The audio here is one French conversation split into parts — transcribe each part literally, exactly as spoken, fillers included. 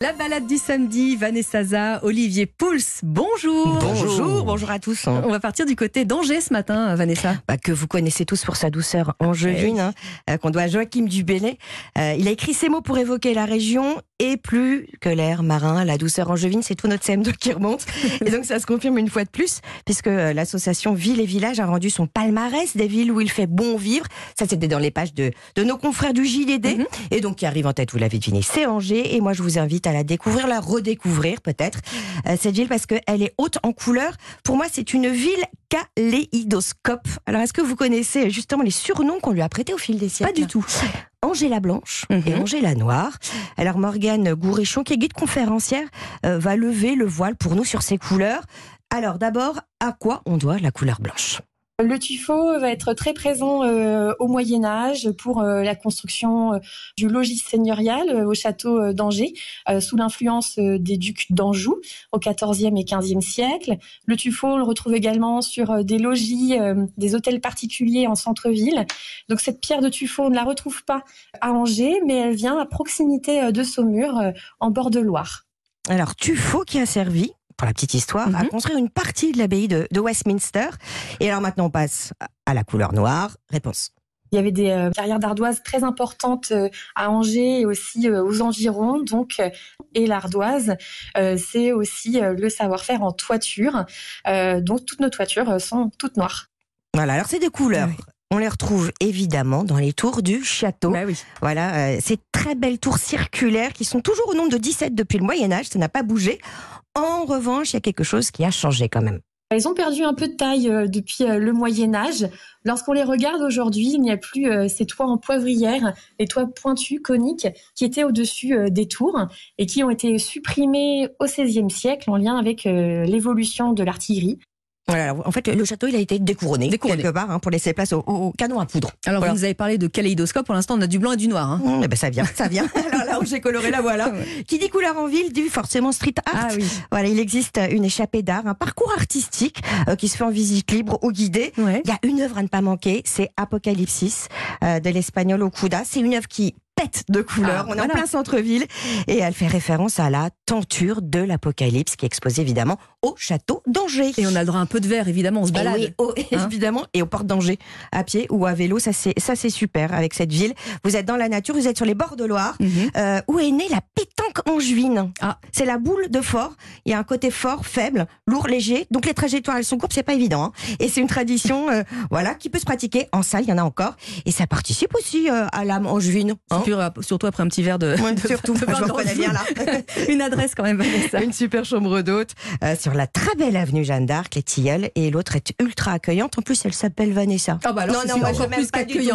La balade du samedi, Vanessa Za, Olivier Pouls, bonjour. Bonjour, bonjour à tous. On va partir du côté d'Angers ce matin, Vanessa. Bah, que vous connaissez tous pour sa douceur angevine, hein, euh, qu'on doit à Joachim du Bellay. Euh, il a écrit ces mots pour évoquer la région et plus que l'air marin, la douceur angevine, c'est tout notre C M deux qui remonte. Et donc ça se confirme une fois de plus, puisque euh, l'association Villes et Villages a rendu son palmarès des villes où il fait bon vivre. Ça, c'était dans les pages de, de nos confrères du J D D. Mm-hmm. Et donc qui arrive en tête, vous l'avez deviné, c'est Angers. Et moi, je vous invite à la découvrir, la redécouvrir peut-être, euh, cette ville, parce qu'elle est haute en couleurs. Pour moi, c'est une ville kaléidoscope. Alors, est-ce que vous connaissez justement les surnoms qu'on lui a prêtés au fil des siècles? Pas du tout. Angers la Blanche mmh. et Angers la Noire. Alors Morgane Gourichon, qui est guide conférencière, euh, va lever le voile pour nous sur ces couleurs. Alors d'abord, à quoi on doit la couleur blanche ? Le tuffeau va être très présent euh, au Moyen-Âge pour euh, la construction euh, du logis seigneurial euh, au château euh, d'Angers, euh, sous l'influence euh, des ducs d'Anjou au quatorzième et quinzième siècle. Le tuffeau, on le retrouve également sur euh, des logis, euh, des hôtels particuliers en centre-ville. Donc cette pierre de tuffeau, on ne la retrouve pas à Angers, mais elle vient à proximité euh, de Saumur, euh, en bord de Loire. Alors tuffeau qui a servi, pour la petite histoire, mm-hmm. à construire une partie de l'abbaye de, de Westminster. Et alors maintenant, on passe à la couleur noire. Réponse. Il y avait des euh, carrières d'ardoise très importantes euh, à Angers et aussi euh, aux environs. Donc, euh, et l'ardoise, euh, c'est aussi euh, le savoir-faire en toiture. Euh, donc, toutes nos toitures euh, sont toutes noires. Voilà, alors c'est des couleurs. Oui. On les retrouve évidemment dans les tours du château. Bah oui. Voilà, euh, ces très belles tours circulaires qui sont toujours au nombre de dix-sept depuis le Moyen-Âge. Ça n'a pas bougé. En revanche, il y a quelque chose qui a changé quand même. Elles ont perdu un peu de taille euh, depuis euh, le Moyen-Âge. Lorsqu'on les regarde aujourd'hui, il n'y a plus euh, ces toits en poivrière, les toits pointus, coniques, qui étaient au-dessus euh, des tours et qui ont été supprimés au seizième siècle en lien avec euh, l'évolution de l'artillerie. Voilà, en fait, le château, il a été découronné, découronné. quelque part, hein, pour laisser place au, au canon à poudre. Alors, voilà. Vous nous avez parlé de kaléidoscope. Pour l'instant, on a du blanc et du noir. Hein. Mmh, eh ben, ça vient, ça vient. Alors là où j'ai coloré, la voilà. Ouais. Qui dit couleur en ville, dit forcément street art. Ah, oui. Voilà, il existe une échappée d'art, un parcours artistique euh, qui se fait en visite libre ou guidée. Ouais. Il y a une œuvre à ne pas manquer, c'est Apocalypsis euh, de l'espagnol Okuda. C'est une œuvre qui pète de couleurs. Ah, on est voilà. en plein centre-ville et elle fait référence à la tenture de l'Apocalypse qui est exposée évidemment au château d'Angers. Et on a le droit à un peu de vert, évidemment, on se balade. Et oui, oh, hein évidemment, et aux portes d'Angers, à pied ou à vélo, ça c'est, ça c'est super avec cette ville. Vous êtes dans la nature, vous êtes sur les bords de Loire, mm-hmm. euh, où est née la pétanque angevine. Ah. C'est la boule de fort, il y a un côté fort, faible, lourd, léger, donc les trajectoires elles sont courtes, c'est pas évident. Hein. Et c'est une tradition euh, voilà, qui peut se pratiquer en salle, il y en a encore, et ça participe aussi euh, à l'âme angevine. Hein. Surtout après un petit verre de... Ouais, de surtout, de je me reconnais bien là. Une adresse quand même, Vanessa. Une super chambre d'hôte euh, sur la très belle avenue Jeanne d'Arc, les Tilleuls, et l'autre est ultra accueillante. En plus, elle s'appelle Vanessa. Ah bah alors non, non, moi, encore plus qu'accueillant.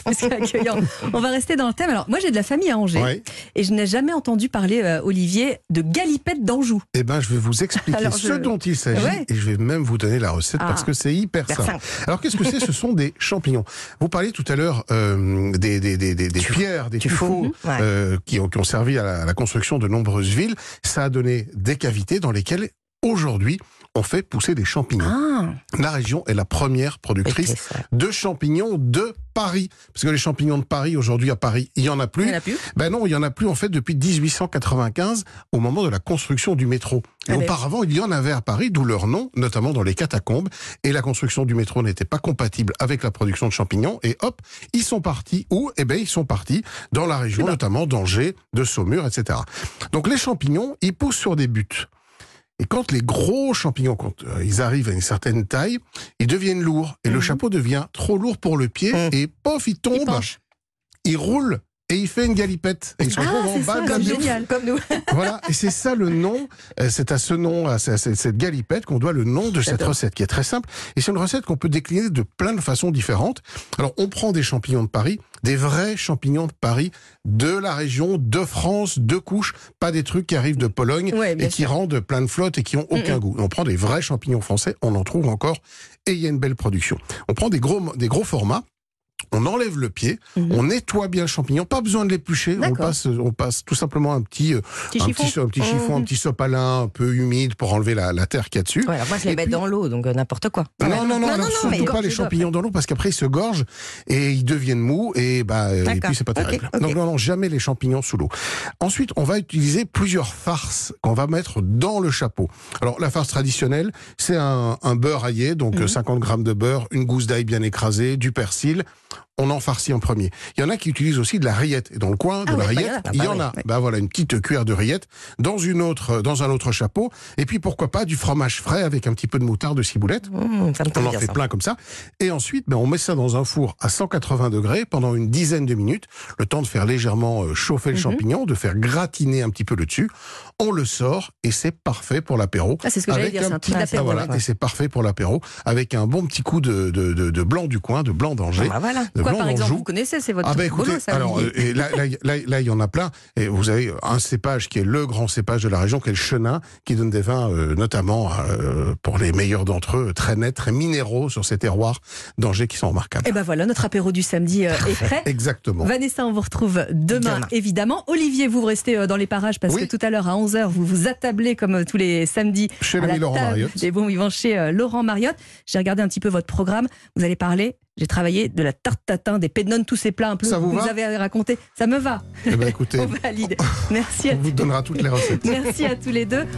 On va rester dans le thème. Alors, moi, j'ai de la famille à Angers, ouais. et je n'ai jamais entendu parler, euh, Olivier, de galipette d'Anjou. Eh ben, je vais vous expliquer alors, ce je... dont il s'agit, ouais. et je vais même vous donner la recette, ah. parce que c'est hyper simple. simple. Alors, qu'est-ce que c'est? Ce sont des champignons. Vous parliez tout à l'heure euh, des, des, des, des, des pierres, des tuffeaux, Ouais. Euh, qui, ont, qui ont servi à la, à la construction de nombreuses villes. Ça a donné des cavités dans lesquelles, aujourd'hui, on fait pousser des champignons. Ah. La région est la première productrice de champignons de Paris. Parce que les champignons de Paris, aujourd'hui à Paris, il n'y en a plus. Il n'y en a plus Ben non, il n'y en a plus en fait depuis dix-huit cent quatre-vingt-quinze, au moment de la construction du métro. Et ah auparavant, il y en avait à Paris, d'où leur nom, notamment dans les catacombes. Et la construction du métro n'était pas compatible avec la production de champignons. Et hop, ils sont partis où? Eh ben, ils sont partis dans la région, ben. notamment d'Angers, de Saumur, et cetera. Donc les champignons, ils poussent sur des buts. Et quand les gros champignons, quand euh, ils arrivent à une certaine taille, ils deviennent lourds. Et mmh. le chapeau devient trop lourd pour le pied. Mmh. Et pof, il tombe, il, il roule. Et il fait une galipette. Et il se retrouve ah, en bas ça, de la comme génial, comme nous. Voilà. Et c'est ça le nom. C'est à ce nom, à cette galipette qu'on doit le nom de cette recette, qui est très simple. Et c'est une recette qu'on peut décliner de plein de façons différentes. Alors, on prend des champignons de Paris, des vrais champignons de Paris, de la région, de France, de couches, pas des trucs qui arrivent de Pologne ouais, et qui sûr. rendent plein de flotte et qui ont aucun mmh. goût. On prend des vrais champignons français, on en trouve encore, et il y a une belle production. On prend des gros, des gros formats. On enlève le pied, mmh. on nettoie bien le champignon, pas besoin de l'éplucher, on passe, on passe tout simplement un petit, petit un, chiffon. Petit, un petit chiffon, mmh. un petit sopalin un peu humide pour enlever la, la terre qu'il y a dessus. Ouais, alors moi je les mets puis... dans l'eau, donc euh, n'importe quoi. Non, non, non, non, non, non, non surtout pas les champignons dans l'eau parce qu'après ils se gorgent et ils deviennent mous et, bah, et puis c'est pas terrible. Okay, okay. Donc non, non, jamais les champignons sous l'eau. Ensuite, on va utiliser plusieurs farces qu'on va mettre dans le chapeau. Alors la farce traditionnelle, c'est un, un beurre aillé, donc mmh. cinquante grammes de beurre, une gousse d'ail bien écrasée, du persil. On en farcit en premier. Il y en a qui utilisent aussi de la rillette. Et dans le coin de ah la ouais, rillette, bah, il y en a. Bah, bah voilà, une petite cuillère de rillette dans une autre, dans un autre chapeau. Et puis pourquoi pas du fromage frais avec un petit peu de moutarde, de ciboulette. Mmh, ça me on en fait ça. plein comme ça. Et ensuite, ben, on met ça dans un four à cent quatre-vingts degrés pendant une dizaine de minutes. Le temps de faire légèrement chauffer le mmh. champignon, de faire gratiner un petit peu le dessus. On le sort et c'est parfait pour l'apéro. Ah, c'est ce que j'allais dire, c'est un truc d'apéro. Voilà, ouais. Et c'est parfait pour l'apéro avec un bon petit coup de, de, de, de blanc du coin, de blanc d'Angers. Ah, bah voilà. Quoi, par exemple, vous connaissez, c'est votre ah bah écoutez, boulot, ça, alors et là, là, là, là, il y en a plein. Et vous avez un cépage qui est le grand cépage de la région, qui est le chenin, qui donne des vins, euh, notamment euh, pour les meilleurs d'entre eux, très nets, très minéraux sur ces terroirs d'Angers qui sont remarquables. Et ben voilà, notre apéro du samedi euh, est prêt. Exactement. Vanessa, on vous retrouve demain, demain. évidemment. Olivier, vous restez euh, dans les parages parce oui. que tout à l'heure à onze heures, vous vous attablez comme euh, tous les samedis chez à l'ami la Laurent Mariotte. Des bons vivants chez euh, Laurent Mariotte. J'ai regardé un petit peu votre programme. Vous allez parler. J'ai travaillé de la tarte tatin, des pénones, tous ces plats un peu ça vous, vous va avez raconté. Ça me va. Eh ben écoutez, on valide. Merci. On vous donnera toutes les recettes. Merci à tous les deux.